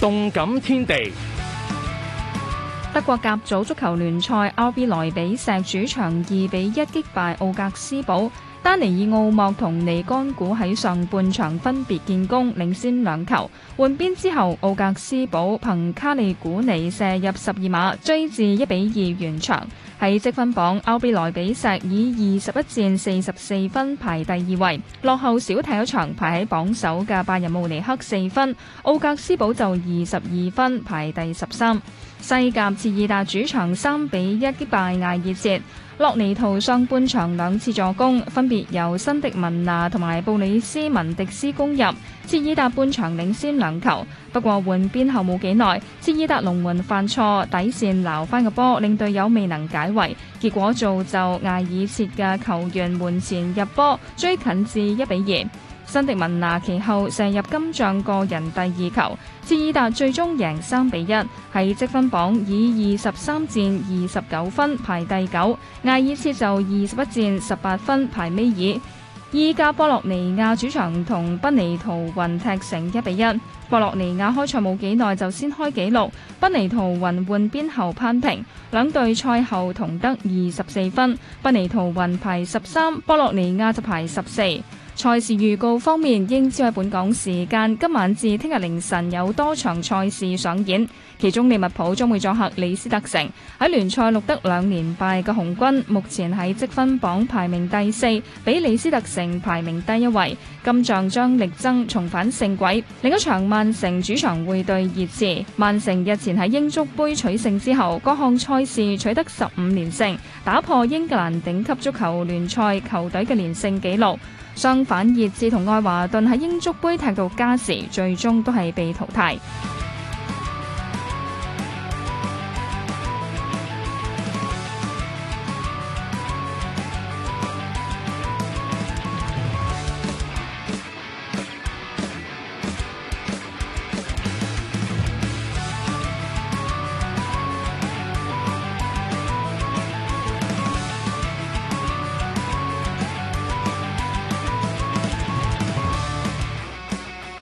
動感天地。 德國甲組足球聯賽 RB 萊比錫主場2-1擊敗奧格斯堡，丹尼爾奧莫同尼干古喺上半場分別建功，領先2球。換邊之後，奧格斯堡憑卡利古尼射入12碼，追至1-2完場。喺積分榜 ，RB 萊比錫以21戰44分排第2位，落後少踢一場排喺榜首嘅拜仁慕尼黑4分，奧格斯堡就22分排第13。西甲切爾達主場3-1擊敗艾爾切，洛尼圖上半場2次助攻，分別由辛迪文拿同埋布里斯文迪斯攻入，切爾達半場領先2球。不過換邊後冇幾耐，切爾達龍門犯錯，底線撈翻個波，令隊友未能解圍，結果造就艾爾切嘅球員門前入波，追近至1-2。辛迪文拿其後射入今仗個人第2球，切爾達最終贏3-1，喺積分榜以23戰29分排第9，艾爾切就21戰18分排尾二。意甲波洛尼亞主場同賓尼圖雲踢成1-1，波洛尼亞開賽冇幾耐就先開紀錄，賓尼圖雲換邊後扳平，兩隊賽後同得24分，賓尼圖雲排13，波洛尼亞就排14。賽事預告方面，英超喺本港時間今晚至聽日凌晨有多場賽事上演，其中利物浦將會作客李斯特城。喺聯賽錄得2連敗嘅紅軍，目前喺積分榜排名第4，比李斯特城排名低1位。今仗將力爭重返勝軌。另一場曼城主場會對熱刺，曼城日前喺英足杯取勝之後，各項賽事取得15連勝，打破英格蘭頂級足球聯賽球隊嘅連勝紀錄。相反，熱刺同愛華頓喺英足杯踢到加時，最終都係被淘汰。